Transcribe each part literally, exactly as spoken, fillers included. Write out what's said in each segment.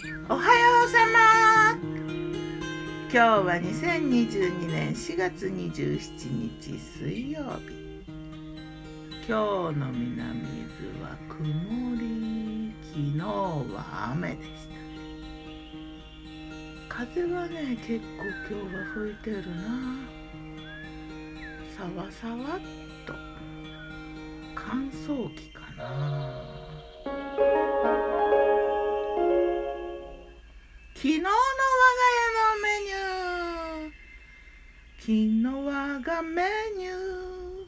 おはようさま。今日はにせんにじゅうにねんしがつにじゅうしちにち水曜日。今日の南伊豆は曇り、昨日は雨でした。風はね、結構今日は吹いてるな。さわさわっと乾燥機かな。昨日の我が家のメニュー、昨日我がメニュー。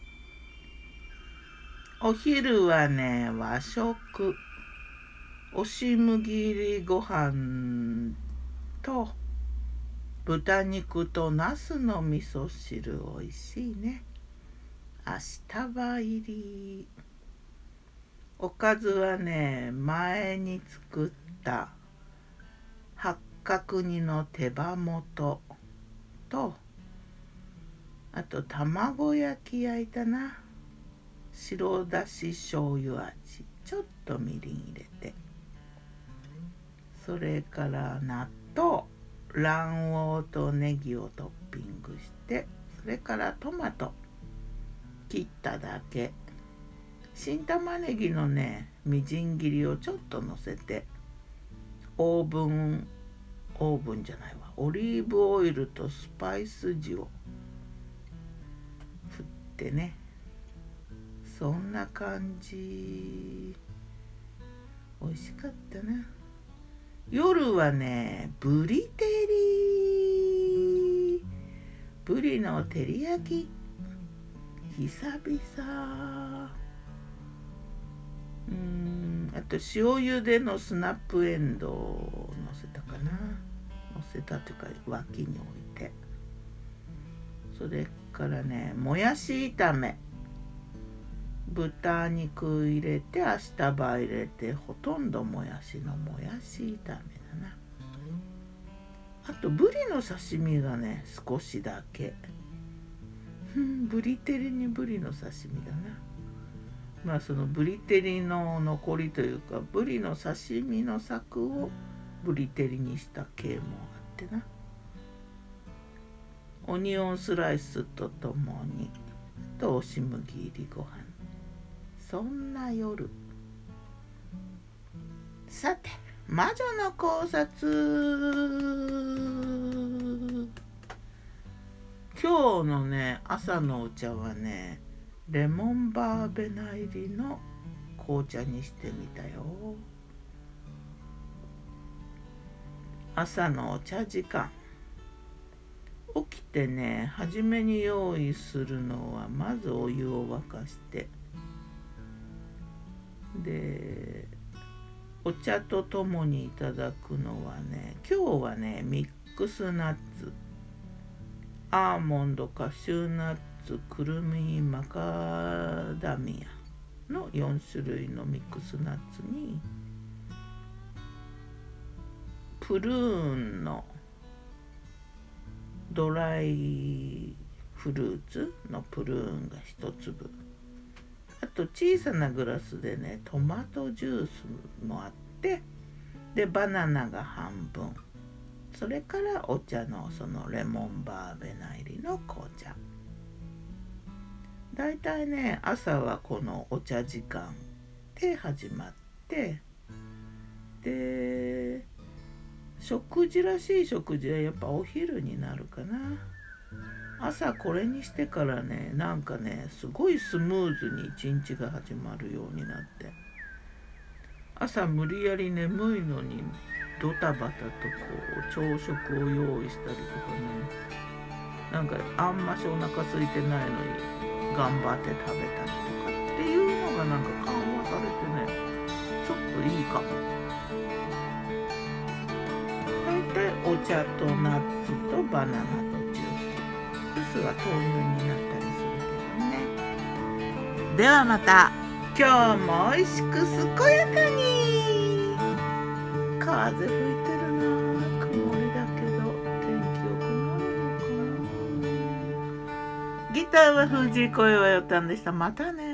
お昼はね、和食、押し麦入りご飯と豚肉とナスの味噌汁、おいしいね。明日葉入り。おかずはね、前に作った八角煮の手羽元と、あと卵焼き焼いたな。白だし醤油味、ちょっとみりん入れて、それから納豆、卵黄とネギをトッピングして、それからトマト切っただけ、新玉ねぎのねみじん切りをちょっとのせて、オーブンオーブンじゃないわオリーブオイルとスパイス塩を振ってね、そんな感じ。美味しかったな。夜はね、ブリ照り、ブリの照り焼き、久々。うーん、あと塩茹でのスナップエンドウをのせたかな。のせたというか脇に置いて、それからね、もやし炒め、豚肉入れて、明日葉入れて、ほとんどもやしのもやし炒めだな。あとブリの刺身がね、少しだけ。ブリ照りにブリの刺身だな。まあそのブリ照りの残りというか、ブリの刺身の柵をブリ照りにした系もあってな。オニオンスライスとともにと押し麦入りご飯、そんな夜。さて、魔女の考察。今日のね、朝のお茶はね、レモンバーベナ入りの紅茶にしてみたよ。朝のお茶時間。起きてね、初めに用意するのは、まずお湯を沸かして、でお茶とともにいただくのはね、今日はね、ミックスナッツ、アーモンド、カシューナッツ、くるみ、マカダミアのよんしゅるいのミックスナッツに、プルーンのドライフルーツのプルーンが一粒、あと小さなグラスでね、トマトジュースもあって、でバナナが半分、それからお茶のそのレモンバーベナ入りの紅茶。だいたいね、朝はこのお茶時間で始まって、で食事らしい食事はやっぱお昼になるかな。朝これにしてからね、なんかね、すごいスムーズに一日が始まるようになって、朝無理やり眠いのにドタバタとこう朝食を用意したりとかね、なんかあんましお腹空いてないのに頑張って食べたりとかっていうのがなんか緩和されてね、ちょっといいかも。大体お茶とナッツとバナナとジュース、ジュースは豆乳になったりするけどね。ではまた。今日も美味しく健やかに。風吹いてるな、曇りだけど天気良くなるのかな。ギターは藤井、声はよたんでした。またね。